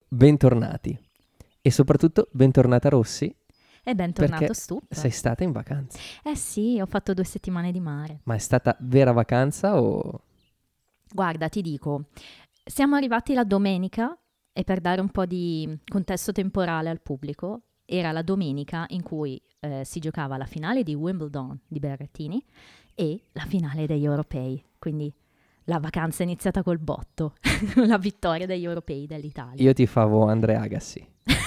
bentornati e soprattutto bentornata Rossi, E bentornato perché Stup. sei stata in vacanza. Eh sì, ho fatto 2 settimane di mare. Ma è stata vera vacanza o... Guarda, ti dico, siamo arrivati la domenica e per dare un po' di contesto temporale al pubblico, era la domenica in cui si giocava la finale di Wimbledon di Berrettini e la finale degli europei. Quindi la vacanza è iniziata col botto, la vittoria degli europei dell'Italia. Io tifavo Andrea Agassi.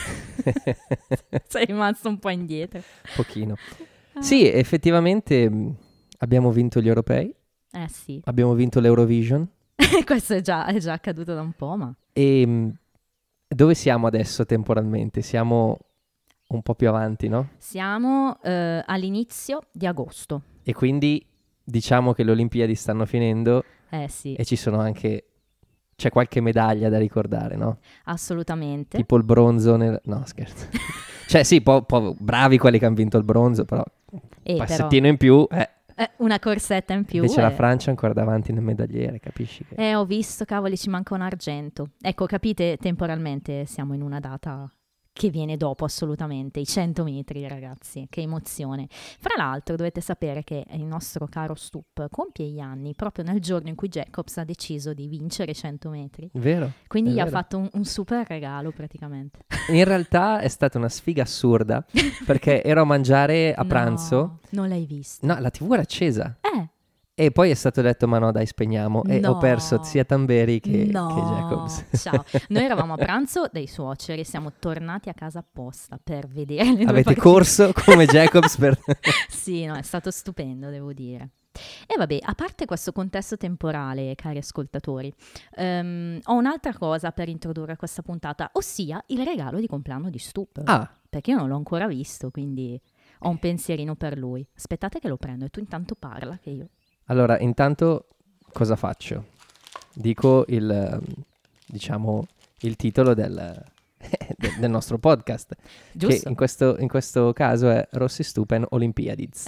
Sei rimasto un po' indietro. Pochino. Sì, effettivamente abbiamo vinto gli europei, Sì, abbiamo vinto l'Eurovision questo è già accaduto da un po', ma... e dove siamo adesso temporalmente? Siamo un po' più avanti, no? Siamo all'inizio di agosto. E quindi diciamo che le Olimpiadi stanno finendo Sì, e ci sono anche... C'è qualche medaglia da ricordare, no? assolutamente. Tipo il bronzo nel... No, scherzo. Cioè sì, bravi quelli che hanno vinto il bronzo, però un Però, passettino in più, una corsetta in più. invece la Francia è ancora davanti nel medagliere, capisci? Che... Ho visto, cavoli, ci manca un argento. Ecco, capite, temporalmente siamo in una data che viene dopo assolutamente, i 100 metri, ragazzi, che emozione. Fra l'altro dovete sapere che il nostro caro Stup compie gli anni proprio nel giorno in cui Jacobs ha deciso di vincere i 100 metri. Vero? Quindi è gli ha vero. fatto un super regalo praticamente. In realtà è stata una sfiga assurda, perché ero a mangiare a pranzo. No, non l'hai visto. No, la TV era accesa. Eh, E poi è stato detto, ma no, dai, spegniamo. E ho No. perso sia Tamberi che no, Jacobs. ciao. Noi eravamo a pranzo dai suoceri, siamo tornati a casa apposta per vedere le due Avete partite. corso come Jacobs per... Sì, no, è stato stupendo, devo dire. E vabbè, a parte questo contesto temporale, cari ascoltatori, ho un'altra cosa per introdurre questa puntata, ossia il regalo di compleanno di Stup. Ah, Perché io non l'ho ancora visto, quindi ho un pensierino per lui. Aspettate che lo prendo e tu intanto parla che io... allora, intanto cosa faccio? Dico diciamo, il titolo del nostro podcast, Giusto? che in questo caso è Rossi Stupen Olimpiadiz.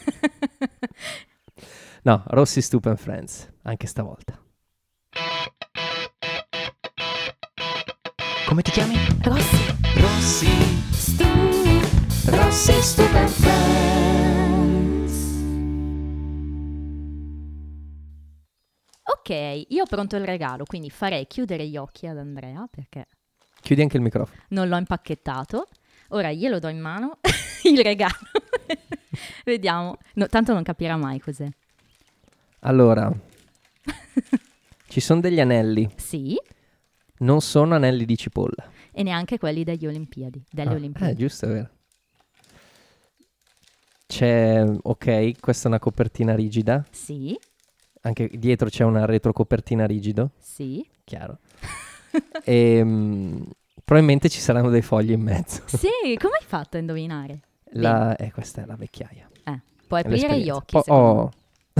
No, Rossi Stupen Friends, anche stavolta. Come ti chiami? Rossi, Rossi. Rossi Stupen Friends. Ok, io ho pronto il regalo, quindi farei chiudere gli occhi ad Andrea perché Chiudi anche il microfono. non l'ho impacchettato. Ora glielo do in mano, il regalo. Vediamo. No, tanto non capirà mai cos'è. Allora, ci sono degli anelli, Sì, non sono anelli di cipolla. e neanche quelli delle Olimpiadi. Giusto, è vero. Ok, questa è una copertina rigida. Sì, Anche dietro c'è una retrocopertina rigido. sì. Chiaro. E probabilmente ci saranno dei fogli in mezzo. Sì, come hai fatto a indovinare? Questa è la vecchiaia. Puoi È aprire gli l'esperienza. occhi, secondo me.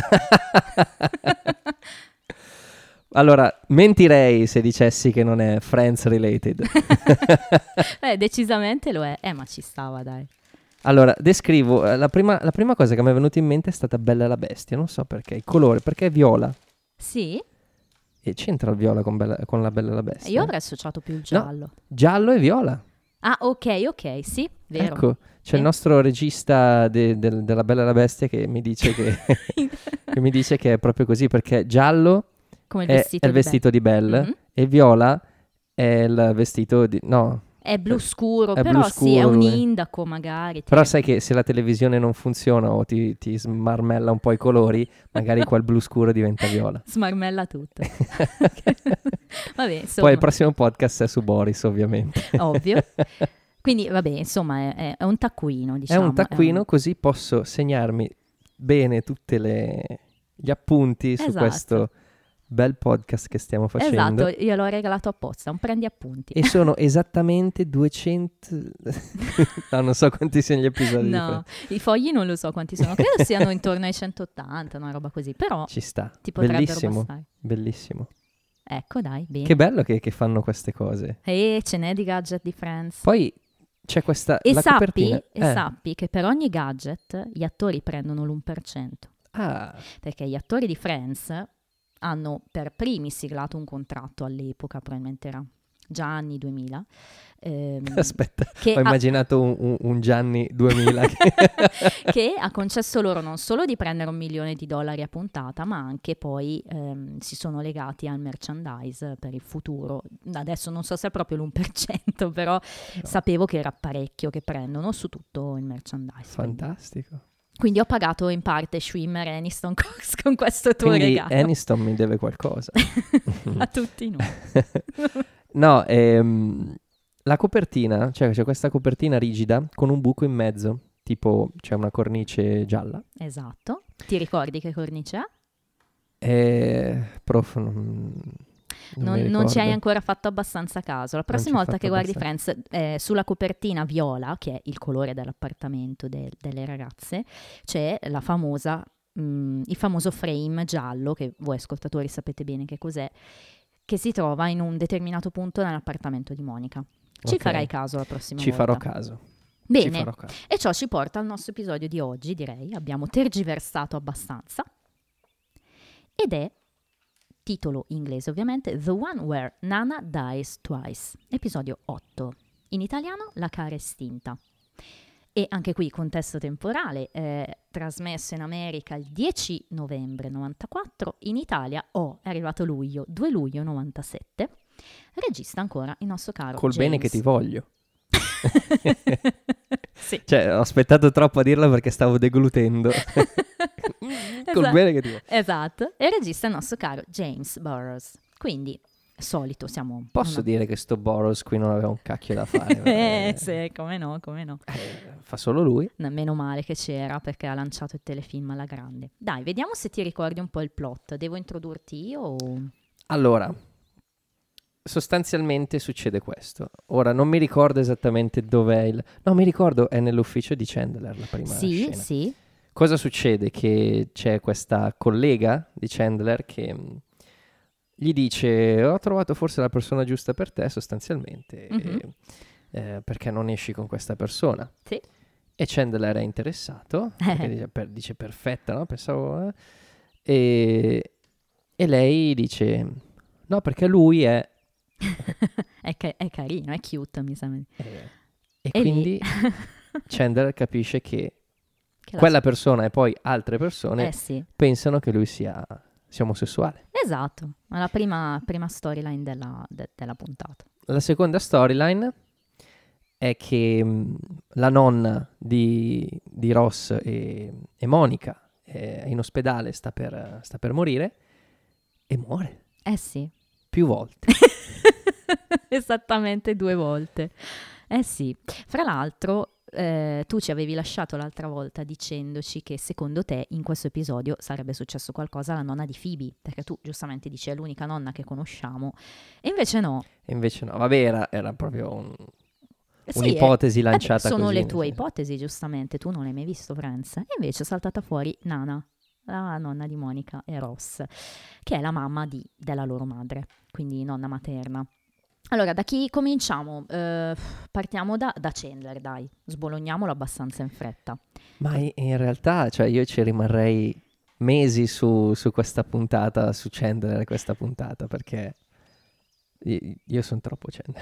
Allora, mentirei se dicessi che non è Friends related. Decisamente lo è. Ma ci stava, dai. Allora, descrivo, la prima cosa che mi è venuta in mente è stata Bella e la Bestia, non so perché, il colore, perché è viola. Sì? E c'entra il viola con la Bella e la Bestia? Io avrei associato più il giallo. Giallo e viola. Ah, ok, sì, vero. Ecco, c'è il nostro regista della Bella e la Bestia che mi dice che mi dice che è proprio così, perché giallo Come il è vestito il di vestito di Belle Mhm. e viola è il vestito di... No, È blu scuro, è però blu sì, è scuro un lui. indaco magari. però sai che se la televisione non funziona o ti smarmella un po' i colori, magari quel blu scuro diventa viola. Smarmella tutto. Vabbè, insomma, Poi il prossimo podcast è su Boris, ovviamente. ovvio. Quindi, vabbè, insomma, è un taccuino, È diciamo. un taccuino, così posso segnarmi bene tutti gli appunti su Esatto. questo bel podcast che stiamo facendo. Esatto, io l'ho regalato apposta, un prendi appunti. E sono esattamente 200... no, non so quanti siano gli episodi. No, i fogli non lo so quanti sono, credo siano intorno ai 180, una roba così, però Ci sta. ti potrebbero Bellissimo, bastare. bellissimo. Ecco, dai, bene. Che bello che fanno queste cose. E ce n'è di gadget di Friends. Poi c'è questa... E la copertina. sappi che per ogni gadget gli attori prendono l'1%, Ah, perché gli attori di Friends hanno per primi siglato un contratto all'epoca, probabilmente era Gianni 2000. Aspetta, che ho immaginato un Gianni 2000 che ha concesso loro non solo di prendere $1 milione a puntata, ma anche poi si sono legati al merchandise per il futuro. Adesso non so se è proprio l'1%, però sapevo che era parecchio che prendono su tutto il merchandise. Fantastico. Quindi ho pagato in parte Schwimmer e Aniston Cox con questo tuo Quindi regalo. Aniston mi deve qualcosa. A tutti noi. No, la copertina, cioè c'è questa copertina rigida con un buco in mezzo, tipo c'è una cornice gialla. Esatto. Ti ricordi che cornice è? Prof, non ci hai ancora fatto abbastanza caso. La prossima volta che guardi abbastanza. Friends, sulla copertina viola, che è il colore dell'appartamento delle ragazze, c'è la famosa, il famoso frame giallo, che voi ascoltatori sapete bene che cos'è, che si trova in un determinato punto nell'appartamento di Monica. Ci farai caso la prossima volta. Ci farò caso. Bene, e ciò ci porta al nostro episodio di oggi, direi. Abbiamo tergiversato abbastanza. Ed è, titolo inglese ovviamente, The One Where Nana Dies Twice, episodio 8. In italiano, La cara estinta. E anche qui, contesto temporale, trasmesso in America il 10 novembre 94, in Italia, è arrivato 2 luglio 97. Regista ancora il nostro caro Col James. bene che ti voglio. Sì. Cioè, ho aspettato troppo a dirla perché stavo deglutendo. Col bene che ti voglio. Esatto. E regista il nostro caro James Burrows. Quindi, solito, siamo... Posso dire che sto Burrows qui non aveva un cacchio da fare? Sì, come no. Fa solo lui. Meno male che c'era, perché ha lanciato il telefilm alla grande. Dai, vediamo se ti ricordi un po' il plot. Devo introdurti io o... Allora, sostanzialmente succede questo. Ora, non mi ricordo esattamente dov'è il... No, mi ricordo, è nell'ufficio di Chandler la prima scena. Sì. Cosa succede? Che c'è questa collega di Chandler che gli dice: ho trovato forse la persona giusta per te, sostanzialmente, perché non esci con questa persona? Sì. E Chandler è interessato, perché dice perfetta, no? Pensavo... E lei dice: no, perché lui è... è carino, è cute, mi sembra. E quindi Chandler capisce che quella persona e poi altre persone pensano che lui sia omosessuale. Esatto, è la prima storyline della puntata. La seconda storyline è che la nonna di Ross e Monica è in ospedale, sta per morire, e muore. Sì. Più volte. Esattamente 2 volte. Sì. Fra l'altro, tu ci avevi lasciato l'altra volta dicendoci che secondo te in questo episodio sarebbe successo qualcosa alla nonna di Phoebe, perché tu giustamente dici è l'unica nonna che conosciamo, e invece no. Vabbè, era proprio un'ipotesi lanciata sono così. Le tue ipotesi, giustamente, tu non hai mai visto Friends, e invece è saltata fuori Nana, la nonna di Monica e Ross, che è la mamma della loro madre, quindi nonna materna. Allora, da chi cominciamo? Partiamo da Chandler, dai, sbologniamolo abbastanza in fretta. Ma in realtà, cioè, io ci rimarrei mesi su questa puntata, su Chandler questa puntata, perché io sono troppo Chandler.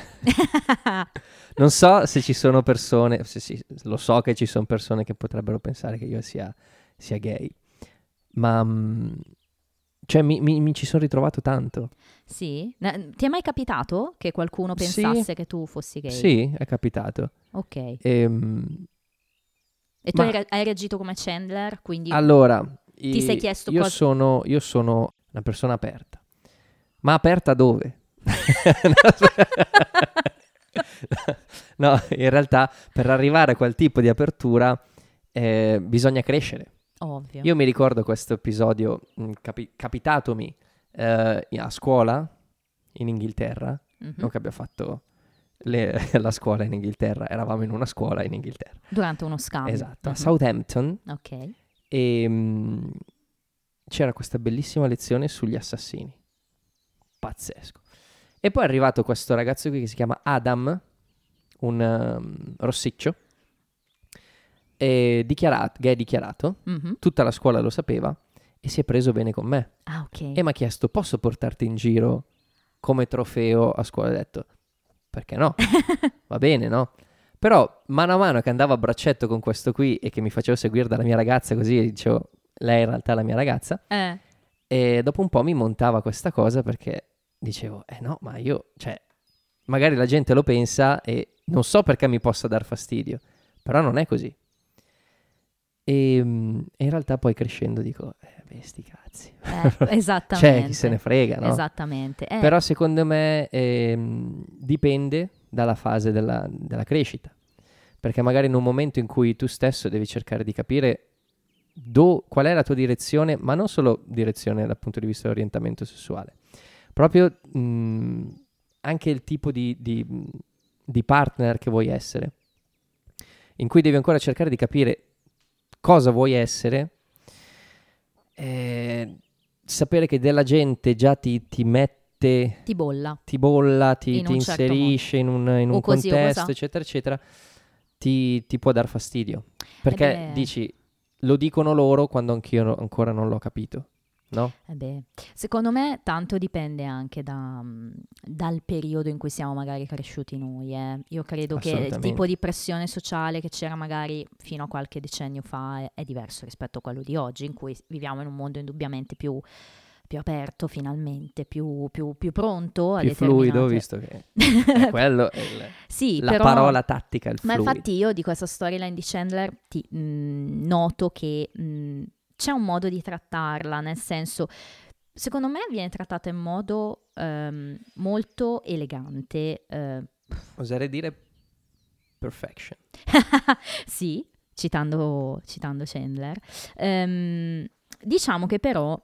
Non so se ci sono persone, lo so che ci sono persone che potrebbero pensare che io sia gay, ma cioè mi ci sono ritrovato tanto. Sì? Ti è mai capitato che qualcuno pensasse che tu fossi gay? Sì, è capitato. Ok. E tu hai reagito come Chandler, quindi allora, ti sei chiesto io sono una persona aperta. Ma aperta dove? No, in realtà per arrivare a quel tipo di apertura bisogna crescere. Ovvio. Io mi ricordo questo episodio capitatomi a scuola in Inghilterra, non che abbia fatto la scuola in Inghilterra, eravamo in una scuola in Inghilterra. Durante uno scambio. Esatto, a Southampton. Ok. E c'era questa bellissima lezione sugli assassini. Pazzesco. E poi è arrivato questo ragazzo qui che si chiama Adam, un rossiccio, gay dichiarato, tutta la scuola lo sapeva e si è preso bene con me. Ah, ok. E mi ha chiesto: posso portarti in giro come trofeo a scuola? Ho detto: perché no? Va bene, no? Però mano a mano che andavo a braccetto con questo qui e che mi facevo seguire dalla mia ragazza, così dicevo, lei in realtà è la mia ragazza, e dopo un po' mi montava questa cosa perché dicevo, no, ma io, cioè, magari la gente lo pensa e non so perché mi possa dar fastidio, però non è così. E in realtà poi crescendo dico, beh, sti cazzi. Esattamente. Cioè, chi se ne frega, no? Esattamente. Però secondo me dipende dalla fase della crescita. Perché magari in un momento in cui tu stesso devi cercare di capire qual è la tua direzione, ma non solo direzione dal punto di vista dell'orientamento sessuale, proprio anche il tipo di partner che vuoi essere, in cui devi ancora cercare di capire cosa vuoi essere, sapere che della gente già ti mette, ti bolla, ti inserisce in un contesto, eccetera, eccetera, ti può dar fastidio. Perché dici, lo dicono loro quando anch'io ancora non l'ho capito. No? Secondo me tanto dipende anche dal periodo in cui siamo magari cresciuti noi. Io credo che il tipo di pressione sociale che c'era magari fino a qualche decennio fa è diverso rispetto a quello di oggi, in cui viviamo in un mondo indubbiamente più aperto, finalmente, più pronto a più fluido, visto che è quello sì, la parola tattica, il fluido. Ma infatti io di questa storyline di Chandler noto che c'è un modo di trattarla, nel senso, secondo me viene trattata in modo molto elegante. Oserei dire perfection. Sì, citando Chandler. Diciamo che però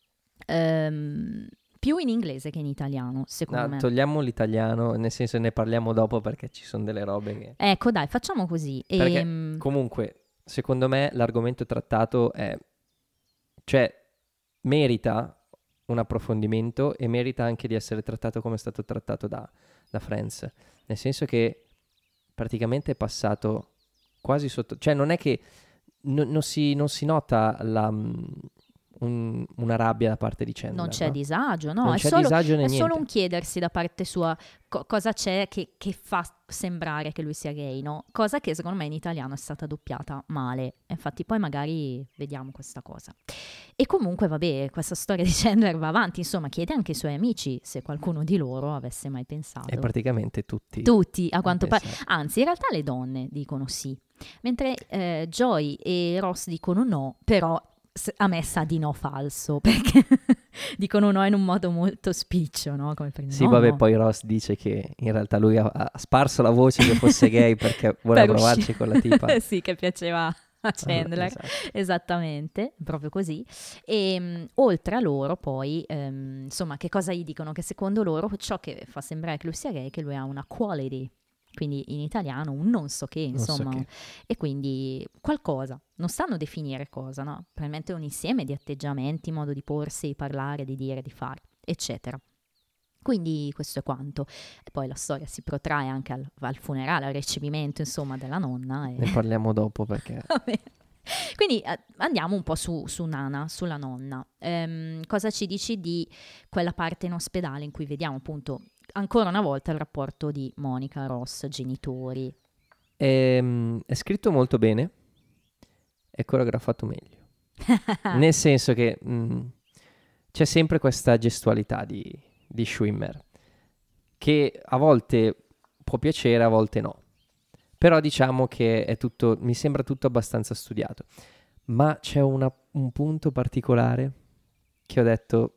più in inglese che in italiano, secondo me. Togliamo l'italiano, nel senso ne parliamo dopo perché ci sono delle robe che... Ecco, dai, facciamo così. Perché comunque, secondo me, l'argomento trattato è... Cioè, merita un approfondimento e merita anche di essere trattato come è stato trattato da Friends. Nel senso che praticamente è passato quasi sotto... Cioè, non è che... non si nota una rabbia da parte di Chandler. Non c'è disagio, no? Non c'è disagio né è niente. solo un chiedersi da parte sua cosa c'è che fa sembrare che lui sia gay, no? Cosa che secondo me in italiano è stata doppiata male. Infatti poi magari vediamo questa cosa. E comunque, vabbè, questa storia di Chandler va avanti, insomma, chiede anche ai suoi amici se qualcuno di loro avesse mai pensato. E praticamente tutti. Tutti, a quanto pare. Anzi, in realtà le donne dicono sì. Mentre Joy e Ross dicono no, però... a me sa di no falso, perché dicono no in un modo molto spiccio, no? Come per sì, no, vabbè, no. Poi Ross dice che in realtà lui ha sparso la voce che fosse gay perché voleva provarci con la tipa. Sì, che piaceva a Chandler, esatto. Esattamente, proprio così. E oltre a loro poi, insomma, che cosa gli dicono? Che secondo loro ciò che fa sembrare che lui sia gay è che lui ha una quality, quindi in italiano un non so che, insomma, non so che. E quindi qualcosa, non sanno definire cosa, no? Probabilmente un insieme di atteggiamenti, modo di porsi, di parlare, di dire, di fare, eccetera. Quindi questo è quanto. E poi la storia si protrae anche al funerale, al ricevimento, insomma, della nonna. Ne parliamo dopo perché... Quindi andiamo un po' su Nana, sulla nonna. Cosa ci dici di quella parte in ospedale in cui vediamo appunto ancora una volta il rapporto di Monica, Ross, genitori? È scritto molto bene, è coreografato meglio. Nel senso che c'è sempre questa gestualità di Schwimmer, che a volte può piacere, a volte no. Però diciamo che è tutto, mi sembra tutto abbastanza studiato. Ma c'è un punto particolare che ho detto,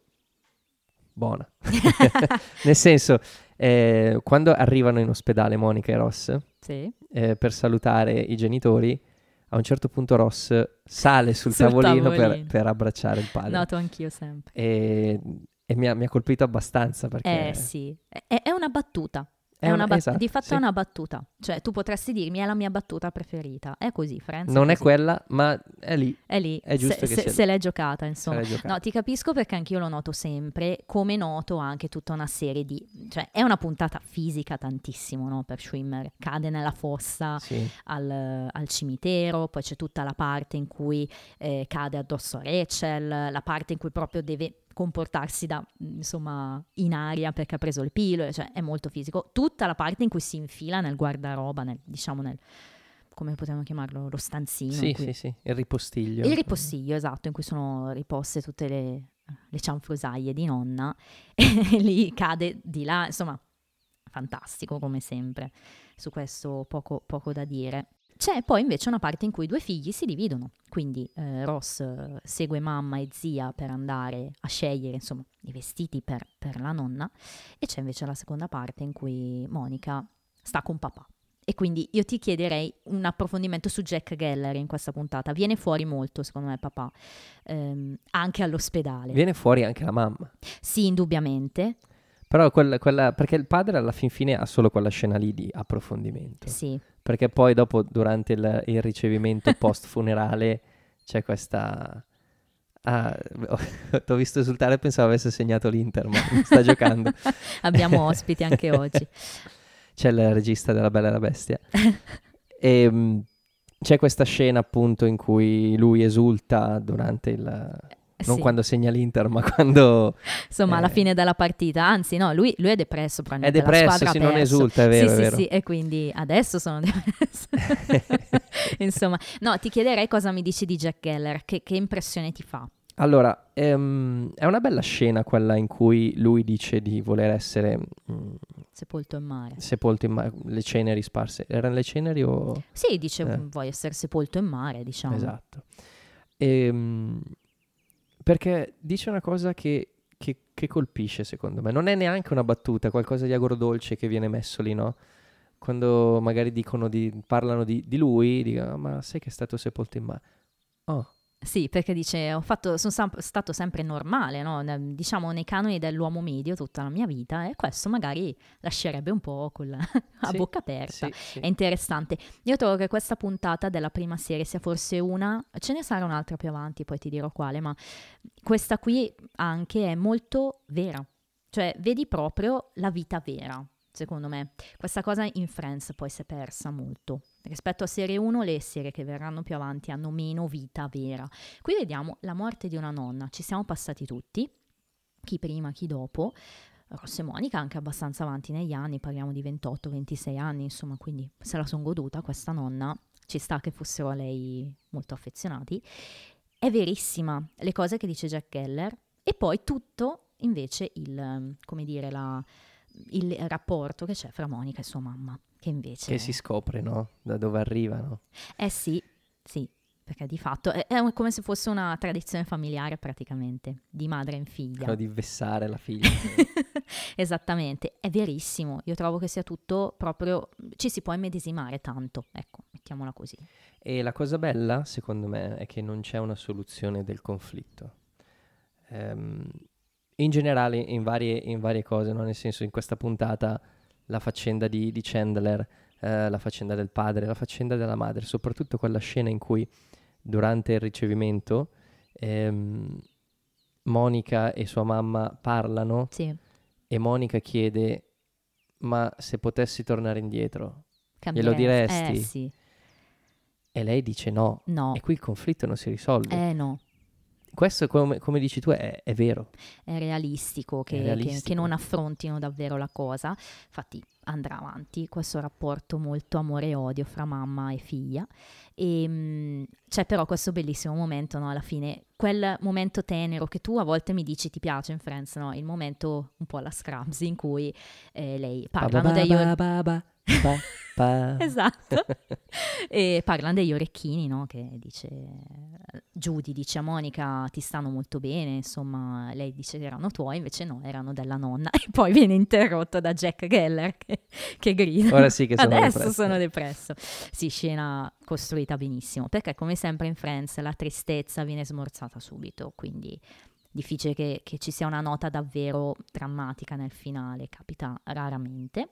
buona. Nel senso, quando arrivano in ospedale Monica e Ross, sì. Per salutare i genitori, a un certo punto Ross sale sul tavolino. Per abbracciare il padre. Noto anch'io sempre. E mi ha colpito abbastanza perché... sì, è una battuta. Esatto, di fatto sì. è una battuta, cioè tu potresti dirmi è la mia battuta preferita, è così, Friends. Non è così. È quella, ma è lì, è giusto che sia se l'è giocata, insomma. Se l'è giocata. No, ti capisco perché anch'io lo noto sempre, come noto anche tutta una serie di, cioè è una puntata fisica tantissimo, no, per Schwimmer, cade nella fossa, sì. al cimitero, poi c'è tutta la parte in cui cade addosso a Rachel, la parte in cui proprio deve comportarsi insomma, in aria perché ha preso le pillole, cioè è molto fisico. Tutta la parte in cui si infila nel guardaroba, diciamo come potremmo chiamarlo, lo stanzino. Sì, il ripostiglio. Il ripostiglio, esatto, in cui sono riposte tutte le cianfrusaglie di nonna, e lì cade di là, insomma, fantastico come sempre, su questo poco da dire. C'è poi invece una parte in cui i due figli si dividono, quindi Ross segue mamma e zia per andare a scegliere, insomma, i vestiti per la nonna, e c'è invece la seconda parte in cui Monica sta con papà. E quindi io ti chiederei un approfondimento su Jack Geller in questa puntata. Viene fuori molto, secondo me, papà, anche all'ospedale. Viene fuori anche la mamma. Sì, indubbiamente. Però quella perché il padre alla fin fine ha solo quella scena lì di approfondimento. Sì. Perché poi dopo, durante il ricevimento post-funerale, c'è questa... t'ho visto esultare e pensavo avesse segnato l'Inter, ma sta giocando. Abbiamo ospiti anche oggi. C'è il regista della Bella e la Bestia. E c'è questa scena appunto in cui lui esulta durante non sì. quando segna l'Inter, ma quando... Insomma, alla fine della partita. Anzi, no, lui è depresso. È depresso, la sì, non esulta, è vero, sì, è vero. Sì, e quindi adesso sono depresso. Insomma, no, ti chiederei cosa mi dici di Jack Geller, che impressione ti fa? Allora, è una bella scena quella in cui lui dice di voler essere... sepolto in mare. Sepolto in mare, le ceneri sparse. Erano le ceneri o... Sì, dice vuoi essere sepolto in mare, diciamo. Esatto. Perché dice una cosa che colpisce, secondo me. Non è neanche una battuta, qualcosa di agrodolce che viene messo lì, no? Quando magari parlano di lui, dicono, ma sai che è stato sepolto in mare? Oh. Sì, perché dice, sono stato sempre normale, no? Diciamo nei canoni dell'uomo medio tutta la mia vita, e questo magari lascerebbe un po' a bocca aperta. Sì. È interessante. Io trovo che questa puntata della prima serie sia forse ce ne sarà un'altra più avanti, poi ti dirò quale, ma questa qui anche è molto vera. Cioè, vedi proprio la vita vera, secondo me. Questa cosa in Friends poi si è persa molto. Rispetto a serie 1, le serie che verranno più avanti hanno meno vita vera. Qui vediamo la morte di una nonna, ci siamo passati tutti, chi prima, chi dopo. Ross e Monica anche abbastanza avanti negli anni, parliamo di 28-26 anni, insomma, quindi se la son goduta questa nonna, ci sta che fossero a lei molto affezionati. È verissima le cose che dice Jack Geller, e poi tutto invece il rapporto che c'è fra Monica e sua mamma, che invece... Che si scopre, no? Da dove arrivano. Sì, perché di fatto è come se fosse una tradizione familiare praticamente, di madre in figlia. Quello di vessare la figlia. Esattamente, è verissimo. Io trovo che sia tutto proprio... ci si può immedesimare tanto, ecco, mettiamola così. E la cosa bella, secondo me, è che non c'è una soluzione del conflitto. In generale, in varie cose, no? Nel senso, in questa puntata, la faccenda di Chandler, la faccenda del padre, la faccenda della madre, soprattutto quella scena in cui, durante il ricevimento, Monica e sua mamma parlano, sì. E Monica chiede, ma se potessi tornare indietro, glielo Cambieresti? diresti? Sì. E lei dice no. No. E qui il conflitto non si risolve. No. Questo, come dici tu, è vero. È realistico che non affrontino davvero la cosa. Infatti andrà avanti questo rapporto molto amore e odio fra mamma e figlia. E c'è però questo bellissimo momento, no? Alla fine, quel momento tenero che tu a volte mi dici ti piace in Friends, no? Il momento un po' alla Scrubs in cui lei parlano degli esatto, e parlano degli orecchini, no? Che dice Judy dice a Monica ti stanno molto bene, insomma, lei dice erano tuoi, invece no, erano della nonna, e poi viene interrotto da Jack Geller che grida ora sì che sono adesso depresso. Sono depresso. Sì, scena costruita benissimo, perché come sempre in Friends la tristezza viene smorzata subito, quindi difficile che ci sia una nota davvero drammatica nel finale, capita raramente.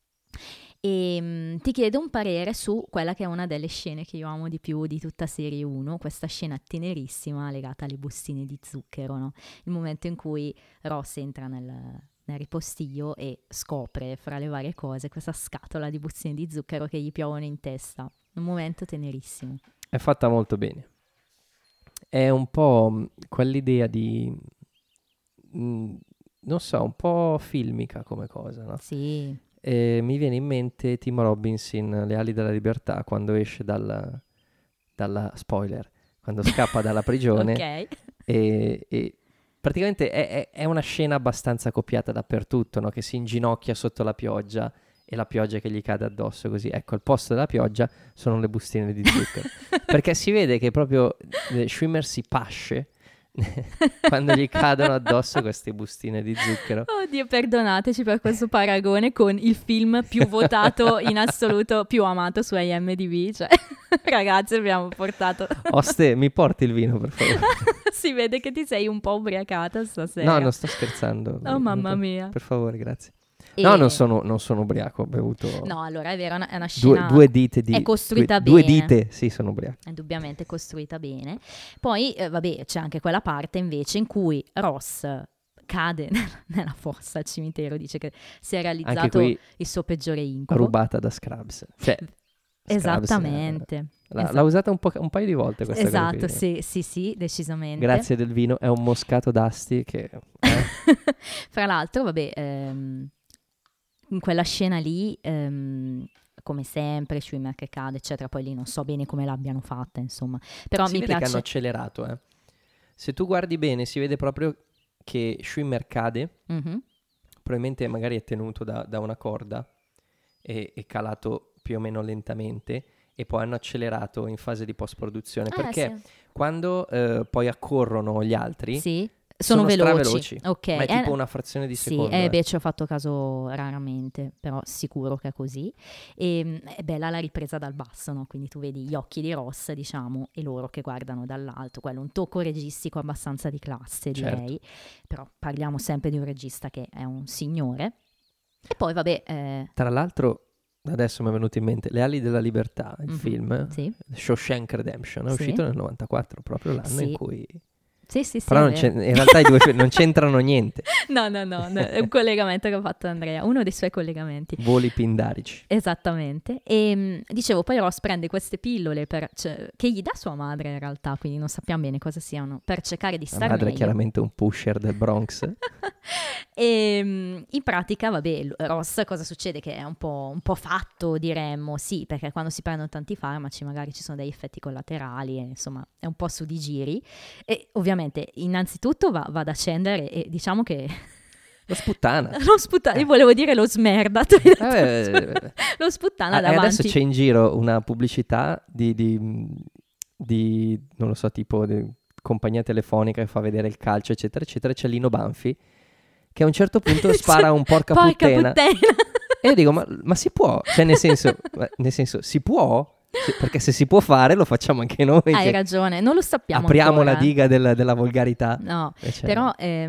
E ti chiedo un parere su quella che è una delle scene che io amo di più di tutta serie 1, questa scena tenerissima legata alle bustine di zucchero, no? Il momento in cui Ross entra nel ripostiglio e scopre fra le varie cose questa scatola di bustine di zucchero che gli piovono in testa. Un momento tenerissimo. È fatta molto bene. È un po' quell'idea di non so, un po' filmica come cosa, no? Sì. E mi viene in mente Tim Robbins in Le ali della libertà, quando esce dalla spoiler, quando scappa dalla prigione Ok. e praticamente è una scena abbastanza copiata dappertutto, no? Che si inginocchia sotto la pioggia e la pioggia che gli cade addosso così. Ecco, al posto della pioggia sono le bustine di zucchero. Perché si vede che proprio Schwimmer si pasce quando gli cadono addosso queste bustine di zucchero. Oddio, perdonateci per questo paragone con il film più votato in assoluto, più amato su IMDb. Cioè, ragazzi, abbiamo portato... Oste, mi porti il vino, per favore? Si vede che ti sei un po' ubriacata stasera. No, non sto scherzando. Oh, mamma mia. Per favore, grazie. E- No, non sono ubriaco, ho bevuto No, allora è vero, è una scena... due dite di... è costruita due bene. dite, sì, sono ubriaco. È indubbiamente costruita bene. Poi, vabbè, c'è anche quella parte invece in cui Ross cade nella fossa al cimitero, dice che si è Anche realizzato qui il suo peggiore incubo. rubata da Scrubs. Cioè, Scrubs, Esattamente. l'ha usata un paio di volte questa cosa Esatto, qui. sì, decisamente. Grazie del vino, è un moscato d'Asti che... Fra l'altro, vabbè, in quella scena lì, come sempre, Schwimmer che cade, eccetera, poi lì non so bene come l'abbiano fatta, insomma. Però si mi vede che hanno piace... accelerato, eh. Se tu guardi bene, si vede proprio che Schwimmer cade, Mhm. probabilmente magari è tenuto da una corda e calato più o meno lentamente, e poi hanno accelerato in fase di post-produzione, perché quando poi accorrono gli altri... Sì, sono veloci. Ok, Ma è tipo una frazione di sì, secondo. beh, ci ho fatto caso raramente, però sicuro che è così. E è bella la ripresa dal basso, no? Quindi tu vedi gli occhi di Ross, diciamo, e loro che guardano dall'alto. Quello è un tocco registico abbastanza di classe, direi. Però parliamo sempre di un regista che è un signore. E poi, vabbè... Tra l'altro, adesso mi è venuto in mente Le ali della libertà, il film, sì. Shawshank Redemption, è Sì. uscito nel 94, proprio l'anno Sì. in cui... Sì, Però è vero. in realtà i due film non c'entrano niente. No, è un collegamento che ha fatto Andrea, uno dei suoi collegamenti. Voli pindarici. Esattamente. E dicevo, poi Ross prende queste pillole che gli dà sua madre in realtà, quindi non sappiamo bene cosa siano, per cercare di La stare madre è meglio. chiaramente un pusher del Bronx. E in pratica, vabbè, Ross cosa succede? Che è un po' fatto, diremmo, sì, perché quando si prendono tanti farmaci magari ci sono degli effetti collaterali, e, insomma, è un po' su di giri. E ovviamente, innanzitutto va da Chandler e diciamo che... Lo sputtana. Lo sputtana, io volevo dire lo smerda, lo sputtana davanti. Adesso c'è in giro una pubblicità di non lo so, tipo di compagnia telefonica che fa vedere il calcio, eccetera, eccetera. C'è Lino Banfi che a un certo punto spara un porca puttana. E io dico, ma si può? Cioè, nel senso, si può? Perché se si può fare, lo facciamo anche noi. Hai ragione, non lo sappiamo apriamo ancora. la diga della volgarità. No, cioè... però,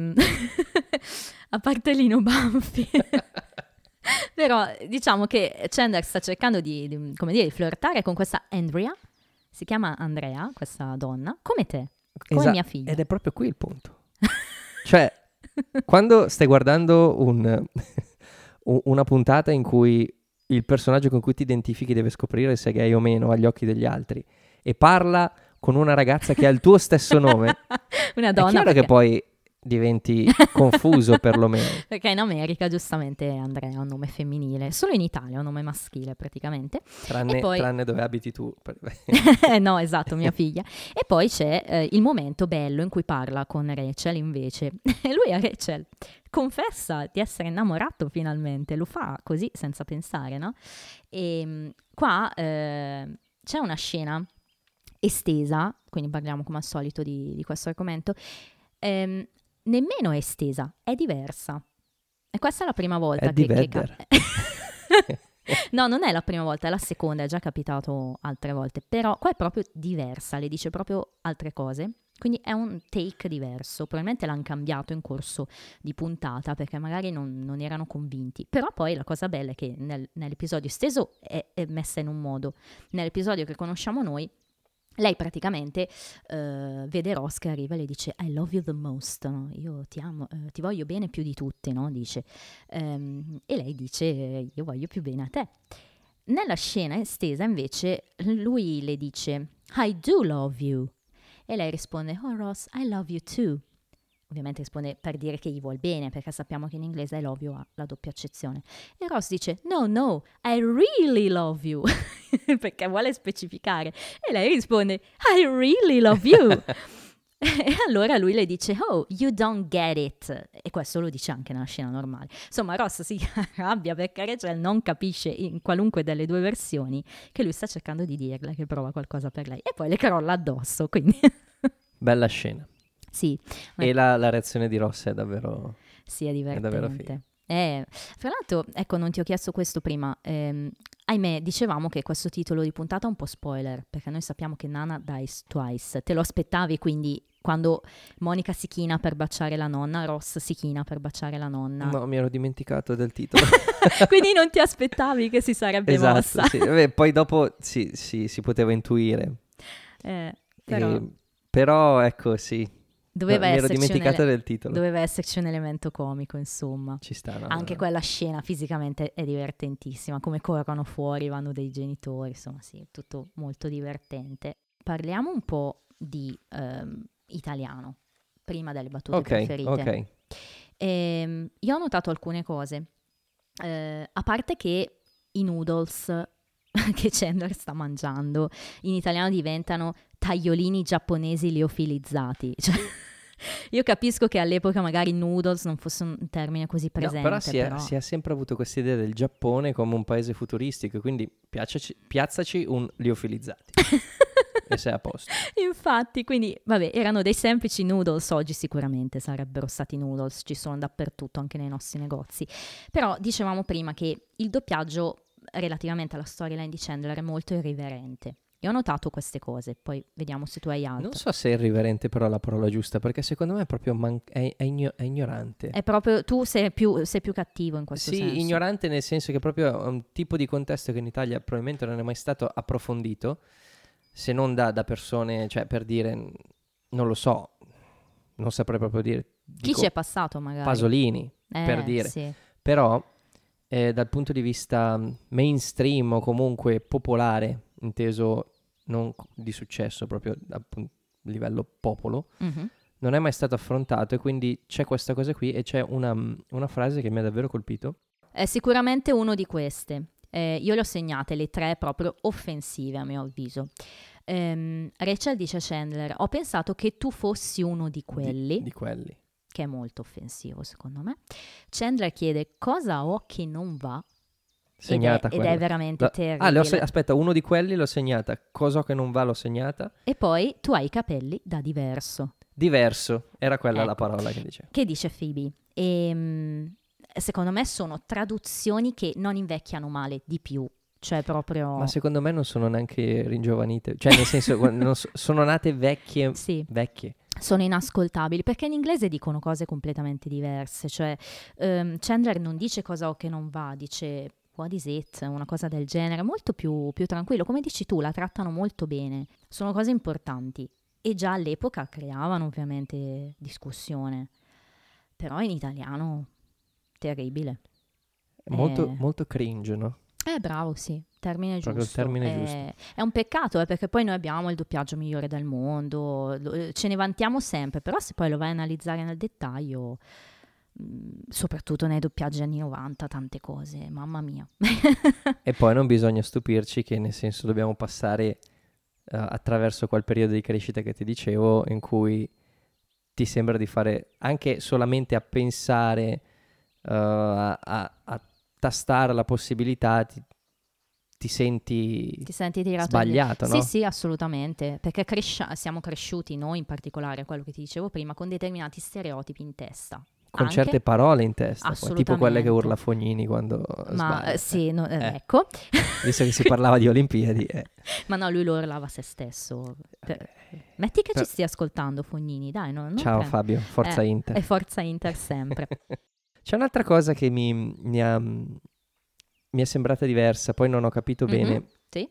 a parte Lino Banfi... Però diciamo che Chandler sta cercando di come dire, di flirtare con questa Andrea. Si chiama Andrea, questa donna, come te, come mia figlia. Ed è proprio qui il punto. Cioè, quando stai guardando una puntata in cui il personaggio con cui ti identifichi deve scoprire se è gay o meno agli occhi degli altri e parla con una ragazza che ha il tuo stesso nome, una donna, è chiaro che poi diventi confuso perlomeno. Perché in America giustamente Andrea è un nome femminile, solo in Italia è un nome maschile praticamente. Tranne dove abiti tu. No, esatto, mia figlia. E poi c'è il momento bello in cui parla con Rachel invece. E lui a Rachel confessa di essere innamorato finalmente, lo fa così senza pensare, no? E qua c'è una scena estesa, quindi parliamo come al solito di questo argomento, nemmeno è estesa, è diversa. E questa è la prima volta No, non è la prima volta, è la seconda, è già capitato altre volte, però qua è proprio diversa, le dice proprio altre cose, quindi è un take diverso, probabilmente l'hanno cambiato in corso di puntata perché magari non erano convinti, però poi la cosa bella è che nell'episodio steso è messa in un modo, nell'episodio che conosciamo noi lei praticamente vede Ross che arriva e le dice I love you the most, no? Io ti amo, ti voglio bene più di tutti, no? Dice. E lei dice io voglio più bene a te. Nella scena estesa invece lui le dice I do love you e lei risponde oh Ross I love you too. ovviamente risponde per dire che gli vuol bene, perché sappiamo che in inglese I love you ha la doppia accezione. E Ross dice no, I really love you, perché vuole specificare. E lei risponde I really love you. E allora lui le dice oh, you don't get it. E questo lo dice anche nella scena normale. Insomma, Ross si arrabbia perché Rachel non capisce in qualunque delle due versioni che lui sta cercando di dirle che prova qualcosa per lei. E poi le crolla addosso, quindi... Bella scena. Sì. E la reazione di Ross è davvero... Sì, è divertente. È davvero figo. Fra l'altro, ecco, non ti ho chiesto questo prima. Ahimè, dicevamo che questo titolo di puntata è un po' spoiler, perché noi sappiamo che Nana dies twice. Te lo aspettavi, quindi, quando Monica si china per baciare la nonna, Ross si china per baciare la nonna. No, mi ero dimenticato del titolo. Quindi non ti aspettavi che si sarebbe mossa. Sì. Vabbè, poi dopo si poteva intuire. Però ecco, sì. Doveva mi ero dimenticato del titolo. Doveva esserci un elemento comico, insomma. Ci sta, no? Anche quella scena fisicamente è divertentissima, come corrono fuori, vanno dei genitori, insomma sì, tutto molto divertente. Parliamo un po' di italiano, prima delle battute preferite. Ok. Io ho notato alcune cose, a parte che i noodles che Chandler sta mangiando in italiano diventano tagliolini giapponesi liofilizzati, cioè io capisco che all'epoca magari noodles non fosse un termine così presente, no, però si è sempre avuto questa idea del Giappone come un paese futuristico, quindi piazzaci un liofilizzati e sei a posto. Infatti, quindi vabbè, erano dei semplici noodles, oggi sicuramente sarebbero stati noodles, ci sono dappertutto anche nei nostri negozi, però dicevamo prima che il doppiaggio relativamente alla storyline di Chandler è molto irriverente. Io ho notato queste cose, poi vediamo se tu hai altro. Non so se è irriverente però la parola giusta, perché secondo me è proprio è ignorante. È proprio, tu sei più cattivo in questo senso. Sì, ignorante nel senso che proprio è un tipo di contesto che in Italia probabilmente non è mai stato approfondito, se non da persone, cioè per dire, non lo so, non saprei proprio dire. Chi ci è passato magari? Pasolini, per dire. Sì. Però dal punto di vista mainstream o comunque popolare, inteso non di successo, proprio a livello popolo, non è mai stato affrontato, e quindi c'è questa cosa qui e c'è una frase che mi ha davvero colpito. È sicuramente uno di queste. Io le ho segnate, le 3 proprio offensive a mio avviso. Rachel dice a Chandler, ho pensato che tu fossi uno di quelli. Di quelli. Che è molto offensivo secondo me. Chandler chiede cosa ho che non va. Segnata ed è veramente terribile. Aspetta, uno di quelli l'ho segnata, cosa che non va l'ho segnata. E poi tu hai i capelli da diverso. Diverso, era quella ecco, la parola che diceva. Che dice Phoebe. E secondo me sono traduzioni che non invecchiano male di più. Cioè proprio... Ma secondo me non sono neanche ringiovanite. Cioè nel senso, sono nate vecchie. Sì. Vecchie. Sono inascoltabili perché in inglese dicono cose completamente diverse. Cioè Chandler non dice cosa ho che non va, dice... What is it? Una cosa del genere, molto più tranquillo. Come dici tu, la trattano molto bene. Sono cose importanti. E già all'epoca creavano ovviamente discussione. Però in italiano, terribile. Molto cringe, no? Bravo, sì. Termine giusto. Proprio il termine giusto. È un peccato, perché poi noi abbiamo il doppiaggio migliore del mondo. Ce ne vantiamo sempre, però se poi lo vai a analizzare nel dettaglio... soprattutto nei doppiaggi anni 90, tante cose, mamma mia. E poi non bisogna stupirci che, nel senso, dobbiamo passare attraverso quel periodo di crescita che ti dicevo, in cui ti sembra di fare, anche solamente a pensare, a tastare la possibilità, ti senti tirato sbagliato, no? Sì, assolutamente, perché siamo cresciuti noi in particolare, quello che ti dicevo prima, con determinati stereotipi in testa. Con certe parole in testa, tipo quelle che urla Fognini quando sbaglia. Sì, ecco. Visto che si parlava di Olimpiadi. Ma no, lui lo urlava a se stesso. Metti che ci stia ascoltando Fognini, dai. Ciao Fabio, forza Inter. E forza Inter sempre. C'è un'altra cosa che mi è sembrata diversa, poi non ho capito bene sì.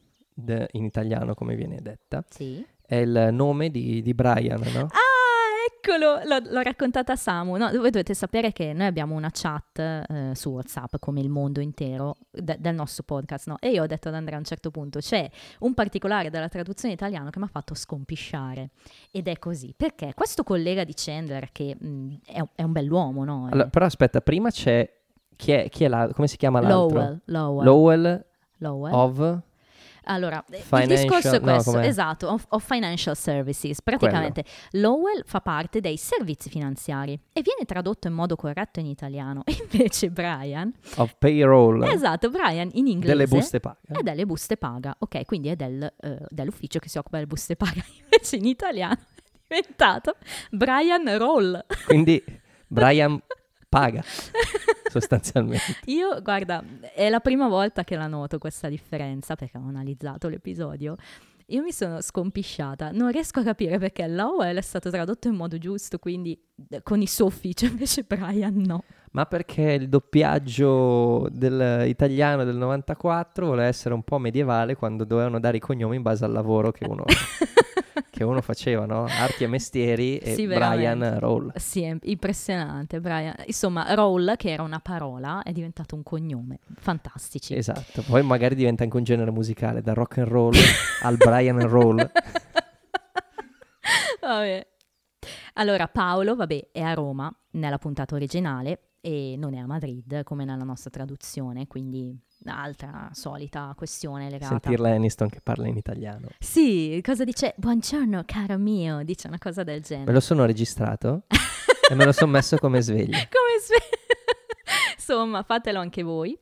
In italiano come viene detta. Sì. È il nome di Brian, no? Eccolo, l'ho raccontata a Samu. No, voi dovete sapere che noi abbiamo una chat su WhatsApp, come il mondo intero, del nostro podcast, no? E io ho detto ad Andrea a un certo punto, c'è un particolare della traduzione italiana che mi ha fatto scompisciare. Ed è così. Perché questo collega di Chandler, che è un bell'uomo, no? Allora, però aspetta, prima c'è... Chi è come si chiama l'altro? Lowell. Of... Allora, il Financial- discorso è no, questo, com'è? esatto, of financial services. Praticamente Lowell fa parte dei servizi finanziari e viene tradotto in modo corretto in italiano. Invece Brian, Of payroll. esatto, Brian in inglese Delle buste paga. è delle buste paga, ok, quindi è dell'ufficio che si occupa delle buste paga. Invece in italiano è diventato Brian Roll. Quindi Brian paga, sostanzialmente. Io, guarda, è la prima volta che la noto questa differenza, perché ho analizzato l'episodio. Io mi sono scompisciata, non riesco a capire perché Lowell è stato tradotto in modo giusto, quindi con il suo ufficio, invece Brian no. Ma perché il doppiaggio italiano del 94 vuole essere un po' medievale, quando dovevano dare i cognomi in base al lavoro che uno faceva, no? Arti e mestieri e Sì, Brian veramente. Roll. Sì, è impressionante, Brian. Insomma, Roll, che era una parola, è diventato un cognome. Fantastici. Esatto, poi magari diventa anche un genere musicale, da rock and roll al Brian Roll. Vabbè. Allora, Paolo, è a Roma nella puntata originale e non è a Madrid come nella nostra traduzione, quindi altra solita questione legata. Sentirla Aniston che parla in italiano. Sì, cosa dice? Buongiorno caro mio, dice una cosa del genere. Me lo sono registrato e me lo sono messo come sveglia. Insomma, fatelo anche voi.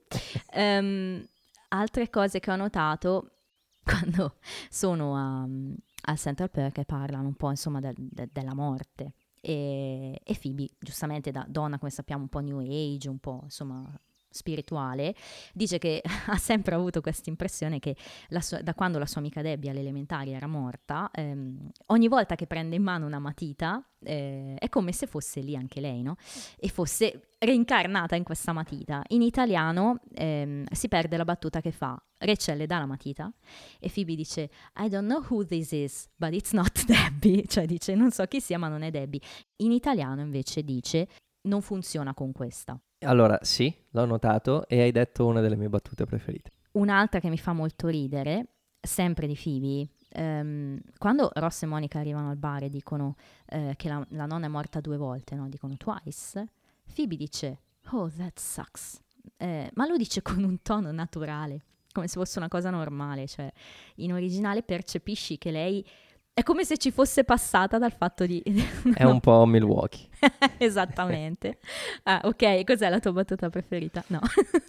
Altre cose che ho notato quando sono al Central Perk e parlano un po' insomma della morte. E Phoebe, giustamente da donna, come sappiamo, un po' new age, un po' insomma spirituale, dice che ha sempre avuto questa impressione che da quando la sua amica Debbie alle elementari era morta, ogni volta che prende in mano una matita è come se fosse lì anche lei, no? E fosse reincarnata in questa matita. In italiano si perde la battuta che fa Rachel le dà la matita e Phoebe dice I don't know who this is, but it's not Debbie, cioè dice non so chi sia ma non è Debbie. In italiano invece dice non funziona con questa. Allora, sì, l'ho notato e hai detto una delle mie battute preferite. Un'altra che mi fa molto ridere, sempre di Phoebe, quando Ross e Monica arrivano al bar e dicono che la nonna è morta 2 volte, no? Dicono twice, Phoebe dice oh that sucks, ma lo dice con un tono naturale, come se fosse una cosa normale, cioè in originale percepisci che lei è come se ci fosse passata dal fatto di... È un po' Milwaukee. Esattamente. Ah, ok, cos'è la tua battuta preferita? No.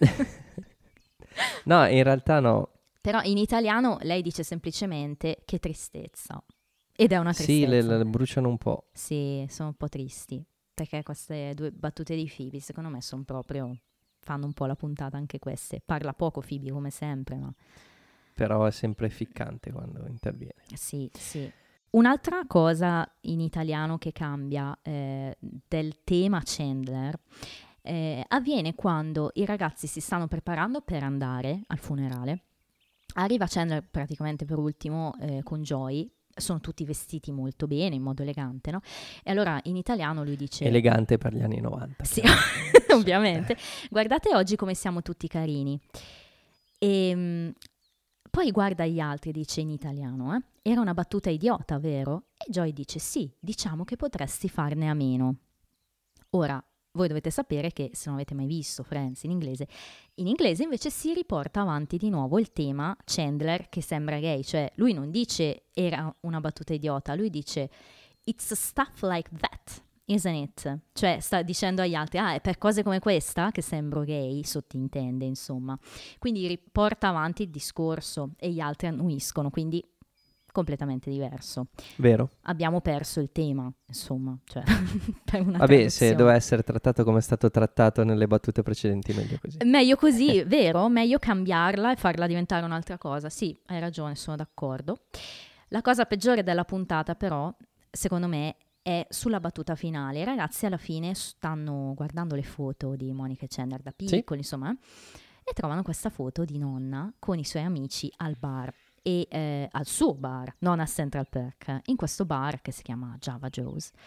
No, in realtà no. Però in italiano lei dice semplicemente che tristezza. Ed è una Sì, tristezza. le bruciano un po'. Sì, sono un po' tristi. Perché queste 2 battute di Phoebe, secondo me, sono proprio... fanno un po' la puntata anche queste. Parla poco Phoebe, come sempre, ma... Però è sempre ficcante quando interviene. Sì, sì. Un'altra cosa in italiano che cambia del tema Chandler avviene quando i ragazzi si stanno preparando per andare al funerale. Arriva Chandler praticamente per ultimo con Joy. Sono tutti vestiti molto bene, in modo elegante, no? E allora in italiano lui dice... Elegante per gli anni 90. Sì, ovviamente. Guardate oggi come siamo tutti carini. E poi guarda gli altri, dice in italiano, era una battuta idiota, vero? E Joy dice sì, diciamo che potresti farne a meno. Ora, voi dovete sapere che se non avete mai visto Friends in inglese invece si riporta avanti di nuovo il tema Chandler che sembra gay, cioè lui non dice era una battuta idiota, lui dice it's stuff like that, isn't it? Cioè sta dicendo agli altri, è per cose come questa che sembro gay, sottintende insomma. Quindi riporta avanti il discorso e gli altri annuiscono, quindi completamente diverso. Vero. Abbiamo perso il tema, insomma, cioè per una Vabbè, traduzione. se doveva essere trattato come è stato trattato nelle battute precedenti, meglio così. Meglio così, vero? Meglio cambiarla e farla diventare un'altra cosa. Sì, hai ragione, sono d'accordo. La cosa peggiore della puntata, però, secondo me, è sulla battuta finale. I ragazzi alla fine stanno guardando le foto di Monica e Chandler da piccoli, insomma, e trovano questa foto di nonna con i suoi amici al bar. E al suo bar, non a Central Perk, in questo bar che si chiama Java Joe's.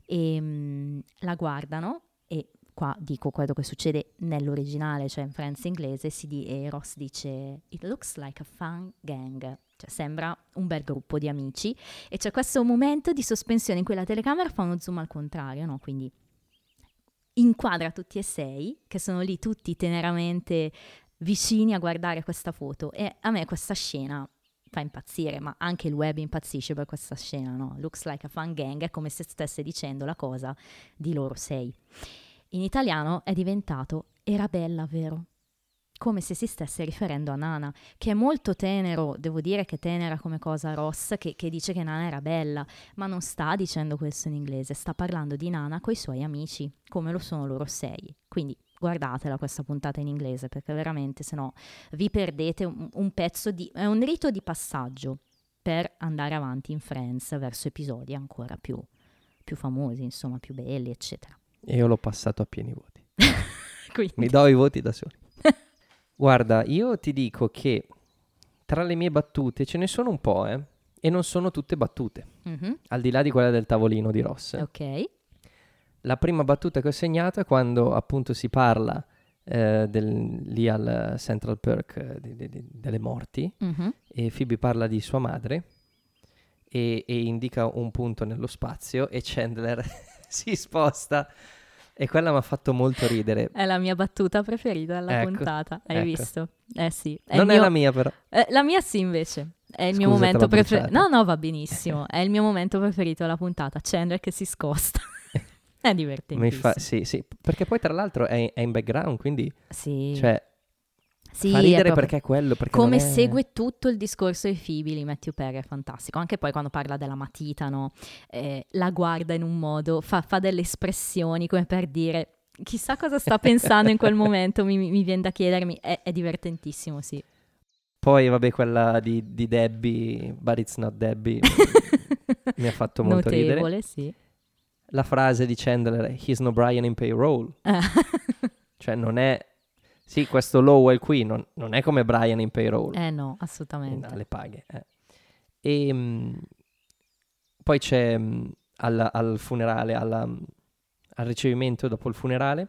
e la guardano e qua dico quello che succede nell'originale, cioè in Friends inglese, e Ross dice "It looks like a fun gang", cioè sembra un bel gruppo di amici, e c'è questo momento di sospensione in cui la telecamera fa uno zoom al contrario, no? Quindi inquadra tutti e sei, che sono lì tutti teneramente vicini a guardare questa foto, e a me questa scena fa impazzire, ma anche il web impazzisce per questa scena, no? Looks like a fun gang, è come se stesse dicendo la cosa di loro sei. In italiano è diventato "era bella, vero?", come se si stesse riferendo a Nana, che è molto tenero, devo dire che tenera come cosa Ross, che dice che Nana era bella, ma non sta dicendo questo in inglese, sta parlando di Nana coi suoi amici, come lo sono loro sei. Quindi guardatela questa puntata in inglese, perché veramente se no vi perdete un pezzo è un rito di passaggio per andare avanti in Friends verso episodi ancora più famosi, insomma, più belli, eccetera. E io l'ho passato a pieni voti. Quindi. Mi do i voti da soli. Guarda, io ti dico che tra le mie battute ce ne sono un po', e non sono tutte battute. Mm-hmm. Al di là di quella del tavolino di Ross. Ok. La prima battuta che ho segnato è quando appunto si parla lì al Central Perk delle morti, Mm-hmm. e Phoebe parla di sua madre e indica un punto nello spazio e Chandler si sposta, e quella mi ha fatto molto ridere. È la mia battuta preferita della Ecco, puntata, hai ecco. visto? Sì. Non è la mia però. La mia sì, invece. È il mio Scusa, momento te l'ho preferito. bruciata. No, va benissimo. È il mio momento preferito della puntata. Chandler che si scosta. È divertentissimo. Sì, perché poi tra l'altro è in background, quindi Sì. cioè Sì, fa è ridere proprio- perché è quello, perché come non è... segue tutto il discorso di Phoebe di Matthew Perry, è fantastico. Anche poi quando parla della matita, no? La guarda in un modo, fa delle espressioni come per dire chissà cosa sta pensando in quel momento, mi viene da chiedermi, è divertentissimo, sì. Poi vabbè, quella di Debbie, but it's not Debbie, mi ha fatto molto ridere. Notevole, sì. La frase di Chandler, he's no Brian in payroll, cioè non è... Sì, questo Lowell qui non è come Brian in payroll, No, assolutamente. alle paghe. E poi c'è al funerale, al ricevimento dopo il funerale,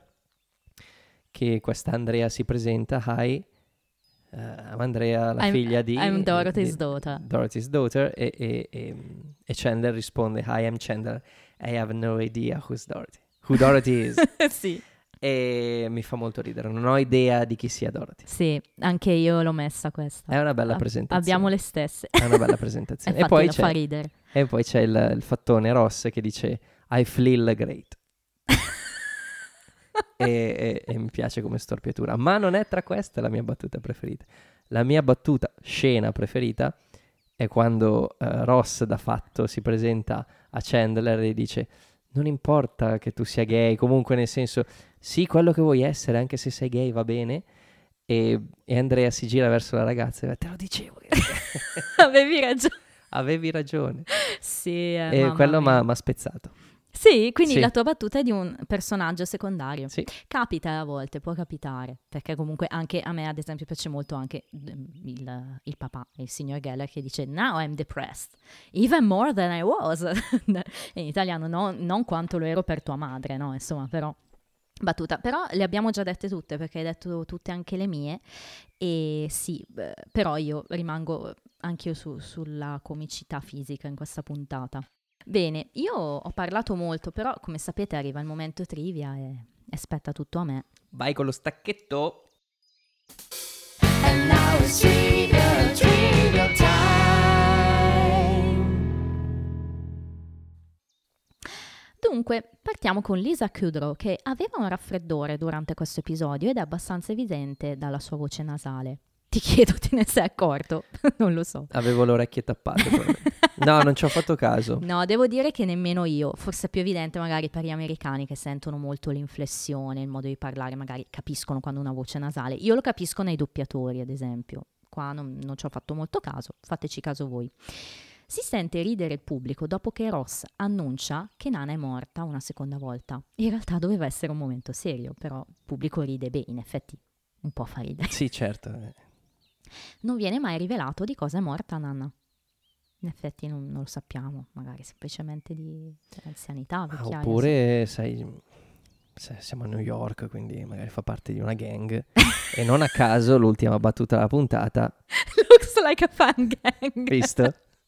che questa Andrea si presenta, hi, I'm Andrea, la figlia di... I'm Dorothy's daughter. Dorothy's daughter, e Chandler risponde, hi, I'm Chandler, I have no idea who Dorothy is. Sì. E mi fa molto ridere, non ho idea di chi sia Dorothy. Sì, anche io l'ho messa questa. È una bella presentazione. Abbiamo le stesse. È una bella presentazione. Infatti la fa ridere. E poi c'è il fattone Ross che dice I feel great. e mi piace come storpiatura. Ma non è tra queste la mia battuta preferita. La mia scena preferita è quando Ross da fatto si presenta a Chandler e dice non importa che tu sia gay, comunque nel senso sì, quello che vuoi essere, anche se sei gay va bene. E Andrea si gira verso la ragazza e dice, te lo dicevo. Avevi ragione. Avevi ragione. Sì, E quello mi ha spezzato. Sì, quindi Sì. la tua battuta è di un personaggio secondario. Sì. Capita a volte, può capitare, perché comunque anche a me ad esempio piace molto anche il papà, il signor Geller, che dice now I'm depressed, even more than I was. In italiano non quanto lo ero per tua madre, no? Insomma, però battuta. Però le abbiamo già dette tutte, perché hai detto tutte anche le mie, e sì, però io rimango anch'io sulla comicità fisica in questa puntata. Bene, io ho parlato molto, però come sapete arriva il momento trivia e spetta tutto a me. Vai con lo stacchetto. And now it's trivia time. Dunque, partiamo con Lisa Kudrow, che aveva un raffreddore durante questo episodio ed è abbastanza evidente dalla sua voce nasale. Ti chiedo, te ne sei accorto? Non lo so. Avevo le orecchie tappate. No, non ci ho fatto caso. No, devo dire che nemmeno io. Forse è più evidente magari per gli americani che sentono molto l'inflessione, il modo di parlare, magari capiscono quando una voce è nasale. Io lo capisco nei doppiatori, ad esempio. Qua non ci ho fatto molto caso, fateci caso voi. Si sente ridere il pubblico dopo che Ross annuncia che Nana è morta una seconda volta. In realtà doveva essere un momento serio, però il pubblico ride, beh, in effetti un po' fa ridere. Sì, certo. Non viene mai rivelato di cosa è morta Nana. In effetti non lo sappiamo, magari semplicemente di anzianità, vecchiaia, Oppure, sai, siamo a New York, quindi magari fa parte di una gang. E non a caso l'ultima battuta della puntata, Looks like a fan gang. visto?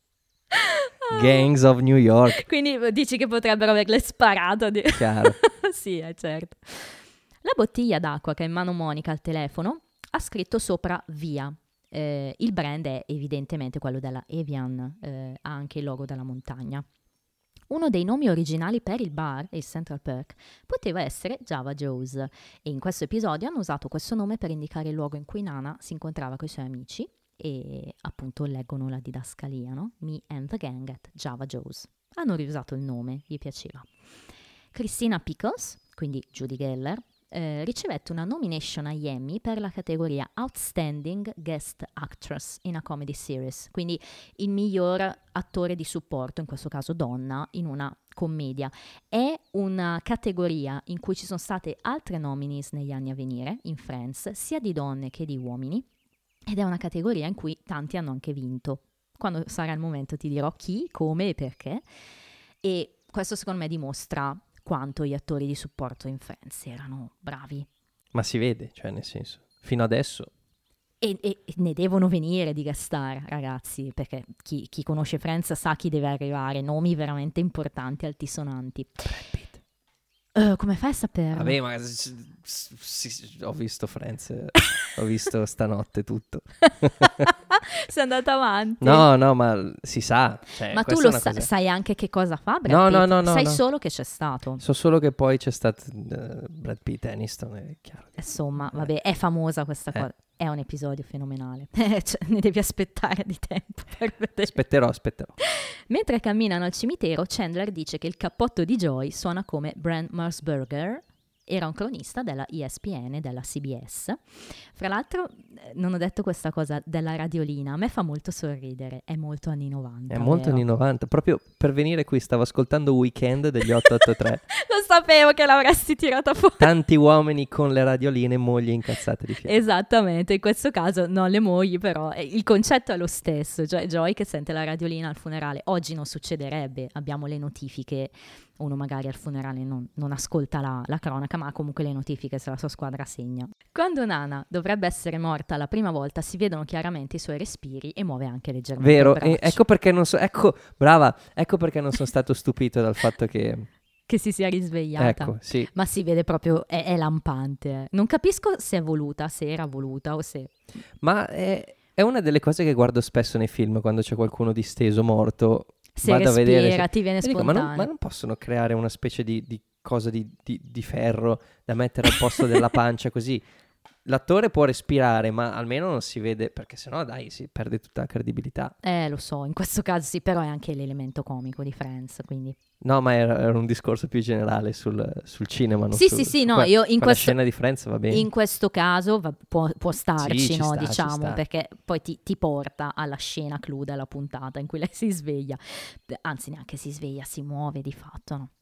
Gangs of New York, Quindi dici che potrebbero averle sparato. chiaro. Sì, è certo. La bottiglia d'acqua che ha in mano Monica al telefono ha scritto sopra Via. Il brand è evidentemente quello della Evian, ha anche il logo della montagna. Uno dei nomi originali per il bar, il Central Perk, poteva essere Java Joe's, e in questo episodio hanno usato questo nome per indicare il luogo in cui Nana si incontrava con i suoi amici e appunto leggono la didascalia, no? Me and the gang at Java Joe's. Hanno riusato il nome, gli piaceva. Christina Pickles, quindi Judy Geller, ricevette una nomination agli Emmy per la categoria Outstanding Guest Actress in a Comedy Series, quindi il miglior attore di supporto, in questo caso donna, in una commedia. È una categoria in cui ci sono state altre nominees negli anni a venire, in Friends, sia di donne che di uomini, ed è una categoria in cui tanti hanno anche vinto. Quando sarà il momento ti dirò chi, come e perché, e questo secondo me dimostra quanto gli attori di supporto in Friends erano bravi. Ma si vede, cioè nel senso, fino adesso. E ne devono venire di guest star, ragazzi, perché chi conosce Friends sa chi deve arrivare, nomi veramente importanti, altisonanti. Brad Pitt. Come fai a saperlo? Vabbè, ma ho visto Friends, ho visto stanotte tutto. Sei andata avanti. No, ma si sa. Cioè, Ma tu questa lo è una cosa- sai anche che cosa fa Brad No, Pitt? no, Sai no. solo che c'è stato. So solo che poi c'è stato Brad Pitt, Aniston, è chiaro. Insomma, vabbè, è famosa questa cosa. È un episodio fenomenale. Cioè, ne devi aspettare di tempo per vedere. Aspetterò. Mentre camminano al cimitero, Chandler dice che il cappotto di Joy suona come Brent Marsberger. Era un cronista della ESPN e della CBS. Fra l'altro, non ho detto questa cosa della radiolina, a me fa molto sorridere, è molto anni 90. È molto vero? anni 90. Proprio per venire qui stavo ascoltando Weekend degli 883. Lo sapevo che l'avresti tirata fuori. Tanti uomini con le radioline, mogli incazzate di fianco. Esattamente, in questo caso non le mogli, però il concetto è lo stesso, cioè Joy che sente la radiolina al funerale. Oggi non succederebbe, abbiamo le notifiche, uno magari al funerale non ascolta la cronaca, ma ha comunque le notifiche se la sua squadra segna. Quando Nana dovrebbe essere morta la prima volta si vedono chiaramente i suoi respiri e muove anche leggermente Vero, il braccio. ecco perché non so, ecco perché non sono stato stupito dal fatto che, Che si sia risvegliata. ecco, sì. Ma si vede proprio, è lampante. Non capisco se è voluta, se era voluta o se... Ma è una delle cose che guardo spesso nei film quando c'è qualcuno disteso, morto. Se vado a respira, vedere se- ti viene e dico, spontaneo. ma non possono creare una specie di cosa di ferro da mettere al posto della pancia così? L'attore può respirare, ma almeno non si vede, perché sennò dai, si perde tutta la credibilità. Lo so, in questo caso sì, però è anche l'elemento comico di Friends, quindi... No, ma era un discorso più generale sul cinema. Non Sì, su- sì, sì, su no, que- io in quella questo... scena di Friends va bene. In questo caso può starci, Sì, ci no, sta, ci diciamo, sta. perché poi ti porta alla scena clou della puntata in cui lei si sveglia, anzi neanche si sveglia, si muove di fatto, no?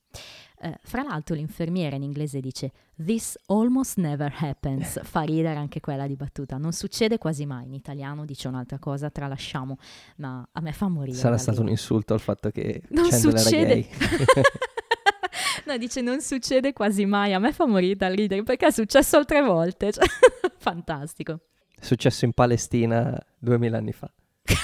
Fra l'altro l'infermiera in inglese dice "This almost never happens", fa ridere anche quella di battuta, non succede quasi mai. In italiano dice un'altra cosa, tralasciamo, ma a me fa morire. Sarà da stato un ridere. insulto al fatto che Non Chandler era succede. gay. No, dice non succede quasi mai, a me fa morire da ridere perché è successo altre volte, cioè, fantastico. È successo in Palestina 2000 anni fa.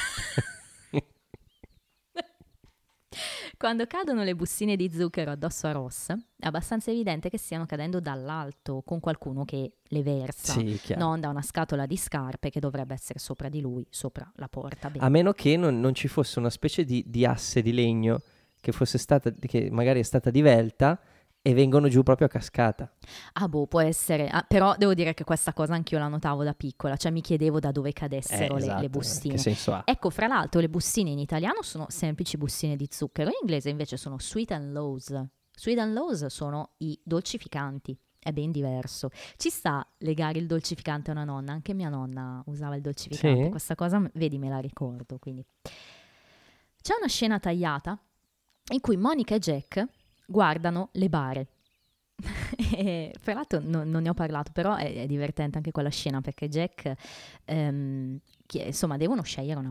Quando cadono le bustine di zucchero addosso a Ross, è abbastanza evidente che stiano cadendo dall'alto con qualcuno che le versa, Sì, chiaro. non da una scatola di scarpe che dovrebbe essere sopra di lui, sopra la porta. Bene. A meno che non ci fosse una specie di asse di legno che fosse stata, che magari è stata divelta e vengono giù proprio a cascata. Ah boh, può essere, però devo dire che questa cosa anch'io la notavo da piccola, cioè mi chiedevo da dove cadessero Esatto, le bustine. Che senso ha? Ecco, fra l'altro le bustine in italiano sono semplici bustine di zucchero, in inglese invece sono sweet and lows. Sweet and lows sono i dolcificanti, è ben diverso. Ci sta legare il dolcificante a una nonna, anche mia nonna usava il dolcificante, Sì? questa cosa, vedi, me la ricordo, quindi. C'è una scena tagliata in cui Monica e Jack guardano le bare. E, fra l'altro non ne ho parlato, però è divertente anche quella scena perché Jack insomma devono scegliere una bara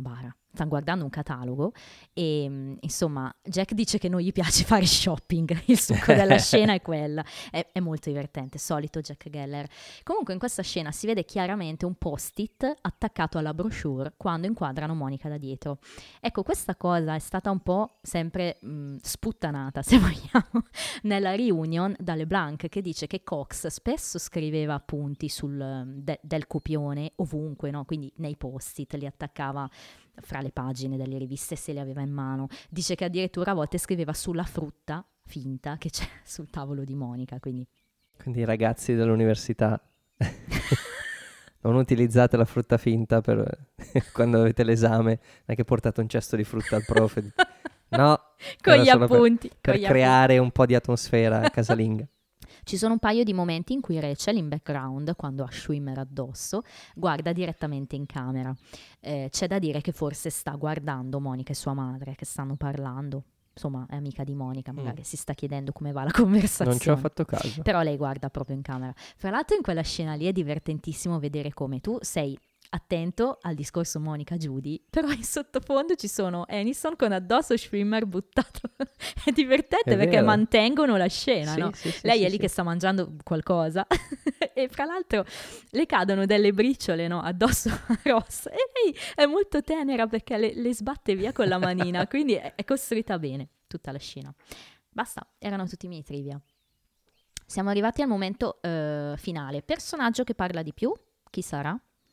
stanno guardando un catalogo e insomma Jack dice che non gli piace fare shopping, il succo della scena è quella, è molto divertente, solito Jack Geller. Comunque in questa scena si vede chiaramente un post-it attaccato alla brochure quando inquadrano Monica da dietro. Ecco, questa cosa è stata un po' sempre sputtanata, se vogliamo, nella reunion da LeBlanc, che dice che Cox spesso scriveva appunti del copione ovunque, no? Quindi nei post-it li attaccava fra le pagine delle riviste se le aveva in mano. Dice che addirittura a volte scriveva sulla frutta finta che c'è sul tavolo di Monica, quindi Quindi ragazzi dell'università, non utilizzate la frutta finta per quando avete l'esame, non è che portate un cesto di frutta al prof. No, con era gli solo appunti. per con gli creare un po' di atmosfera casalinga. Ci sono un paio di momenti in cui Rachel in background, quando ha Schwimmer addosso, guarda direttamente in camera. C'è da dire che forse sta guardando Monica e sua madre, che stanno parlando. Insomma, è amica di Monica, magari si sta chiedendo come va la conversazione. Non ci ho fatto caso. Però lei guarda proprio in camera. Fra l'altro in quella scena lì è divertentissimo vedere come tu sei attento al discorso Monica-Judy, però in sottofondo ci sono Aniston con addosso Schwimmer buttato. È divertente È perché vero. mantengono la scena, Sì, no? sì, sì, Lei sì, è lì sì. che sta mangiando qualcosa e fra l'altro le cadono delle briciole, no? Addosso a Ross e lei è molto tenera perché le sbatte via con la manina, quindi è costruita bene tutta la scena. Basta, erano tutti i miei trivia. Siamo arrivati al momento finale. Personaggio che parla di più? Chi sarà?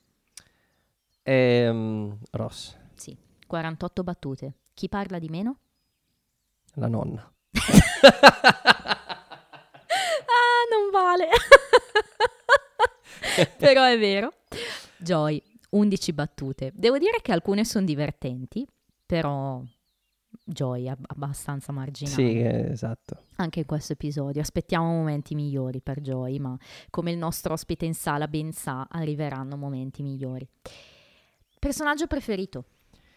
Ross, Sì, 48 battute. Chi parla di meno? la nonna. Ah, non vale. Però è vero. Joy, 11 battute. Devo dire che alcune sono divertenti, però Joy è abbastanza marginale. Sì, esatto. Anche in questo episodio. Aspettiamo momenti migliori per Joy, ma come il nostro ospite in sala ben sa, arriveranno momenti migliori. Personaggio preferito?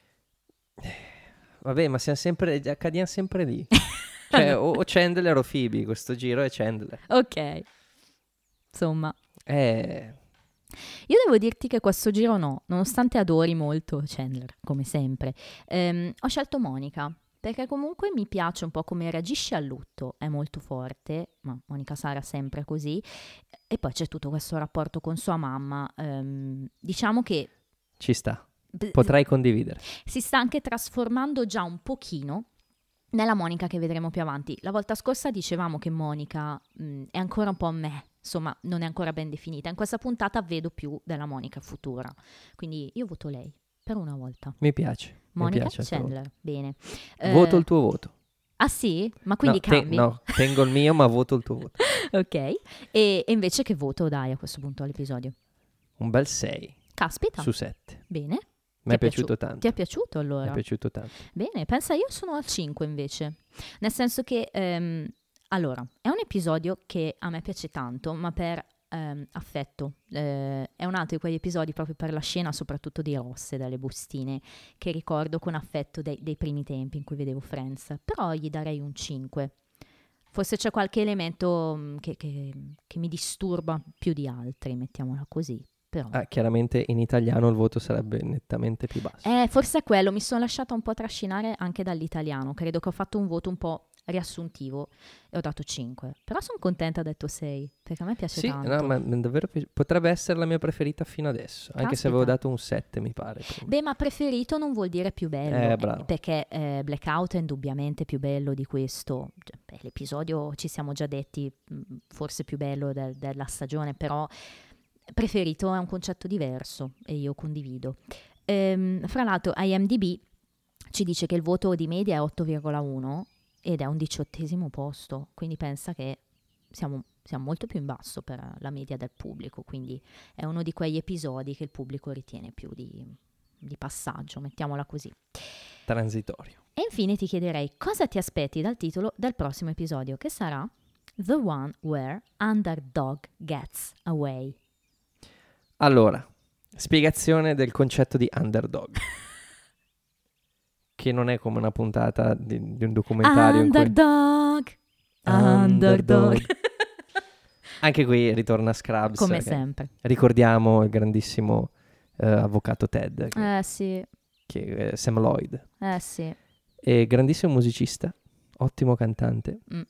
Vabbè, ma accadiamo sempre lì. Cioè, o Chandler o Phoebe, questo giro è Chandler. Ok. Insomma, Eh, io devo dirti che questo giro no, nonostante adori molto Chandler, come sempre. Ho scelto Monica, perché comunque mi piace un po' come reagisce al lutto, è molto forte, ma Monica sarà sempre così. E poi c'è tutto questo rapporto con sua mamma. Diciamo che ci sta. Potrai condividere. si sta anche trasformando già un pochino nella Monica che vedremo più avanti. La volta scorsa dicevamo che Monica è ancora un po' insomma, non è ancora ben definita. In questa puntata vedo più della Monica futura. Quindi io voto lei, per una volta. Mi piace. Monica mi piace il tuo Chandler, bene. voto il tuo voto. Ah sì? Ma quindi No, cambi? no, tengo il mio, ma voto il tuo voto. Ok. E invece che voto dai a questo punto all'episodio? Un bel 6 Caspita. su 7. Bene. Mi è Ti è piaciuto tanto. Ti è piaciuto Mi allora? è piaciuto tanto. Bene, pensa io sono al 5 invece, nel senso che, allora, è un episodio che a me piace tanto, ma per affetto, è un altro di quegli episodi proprio per la scena, soprattutto di Ross e delle bustine, che ricordo con affetto dei primi tempi in cui vedevo Friends, però gli darei un 5. Forse c'è qualche elemento che mi disturba più di altri, mettiamola così. Però. Chiaramente in italiano il voto sarebbe nettamente più basso. Forse è quello, mi sono lasciata un po' trascinare anche dall'italiano, credo che ho fatto un voto un po' riassuntivo e ho dato 5, però sono contenta del tuo 6, perché a me piace Sì, tanto. no, ma davvero potrebbe essere la mia preferita fino adesso, anche se Caspita. avevo dato un 7 mi pare. prima. Beh, ma preferito non vuol dire più bello, Bravo. perché Blackout è indubbiamente più bello di questo. Cioè, l'episodio ci siamo già detti, forse più bello della stagione, però preferito è un concetto diverso e io condivido. Fra l'altro IMDb ci dice che il voto di media è 8,1 ed è un 18° posto, quindi pensa che siamo molto più in basso per la media del pubblico, quindi è uno di quegli episodi che il pubblico ritiene più di passaggio, mettiamola così. Transitorio. E infine ti chiederei cosa ti aspetti dal titolo del prossimo episodio, che sarà The One Where Underdog Gets Away. Allora, spiegazione del concetto di underdog. Che non è come una puntata di un documentario Underdog! Underdog. Anche qui ritorna Scrubs. Come che sempre. Ricordiamo il grandissimo avvocato Ted. Che Sì. che è Sam Lloyd. Sì. È grandissimo musicista, ottimo cantante. Mm.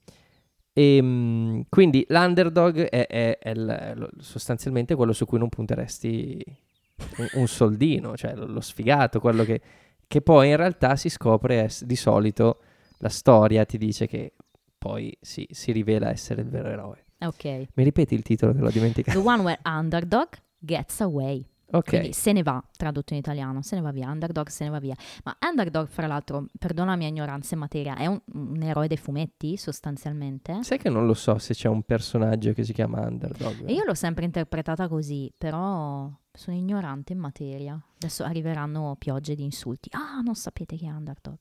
E quindi l'underdog è sostanzialmente quello su cui non punteresti un soldino, cioè lo sfigato, quello che poi in realtà si scopre di solito la storia ti dice che poi si rivela essere il vero eroe. Ok. Mi ripeti il titolo che l'ho The dimenticato? one where underdog gets away. Ok. Quindi se ne va, tradotto in italiano, se ne va via, underdog se ne va via. Ma underdog, fra l'altro, perdona la mia ignoranza in materia, è un eroe dei fumetti sostanzialmente? Sai che non lo so se c'è un personaggio che si chiama underdog. E io l'ho sempre interpretata così, però sono ignorante in materia. Adesso arriveranno piogge di insulti. Ah, non sapete chi è underdog.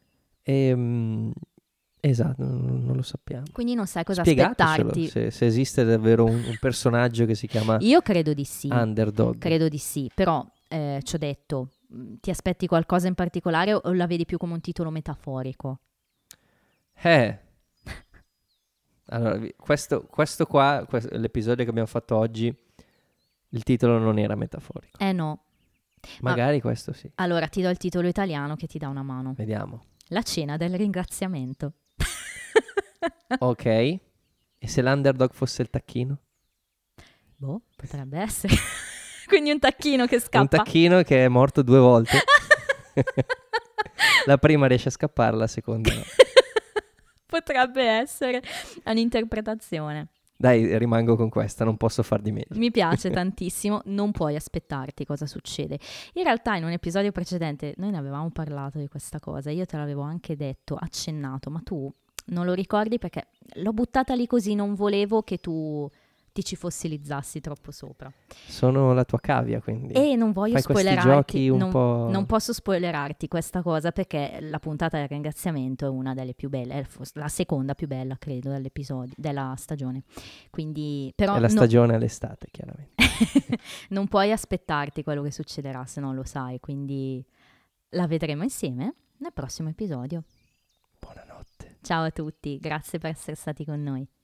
Esatto, non lo sappiamo. Quindi non sai cosa Spiegatecelo, aspettarti. se esiste davvero un personaggio che si chiama Io credo di sì. underdog. Credo di sì, però ci ho detto, ti aspetti qualcosa in particolare o la vedi più come un titolo metaforico? Allora, questo qua, l'episodio che abbiamo fatto oggi, il titolo non era metaforico. No. Magari questo sì. Allora ti do il titolo italiano che ti dà una mano. Vediamo. La cena del ringraziamento. Ok. E se l'underdog fosse il tacchino? Boh, potrebbe essere. Quindi un tacchino che scappa. Un tacchino che è morto 2 volte. La prima riesce a scappare, la seconda no. Potrebbe essere un'interpretazione. Dai, rimango con questa, non posso far di meglio. Mi piace tantissimo, non puoi aspettarti cosa succede. In realtà in un episodio precedente noi ne avevamo parlato di questa cosa, io te l'avevo anche detto, accennato, ma tu non lo ricordi perché l'ho buttata lì così, non volevo che tu ti ci fossilizzassi troppo sopra. Sono la tua cavia, quindi. E non voglio Fai questi spoilerarti, giochi un po'. non posso spoilerarti questa cosa perché la puntata del ringraziamento è una delle più belle, è la seconda più bella credo dell'episodio, della stagione. Quindi, però È la stagione all'estate, chiaramente. non puoi aspettarti quello che succederà se non lo sai, quindi la vedremo insieme nel prossimo episodio. Buonanotte. Ciao a tutti, grazie per essere stati con noi.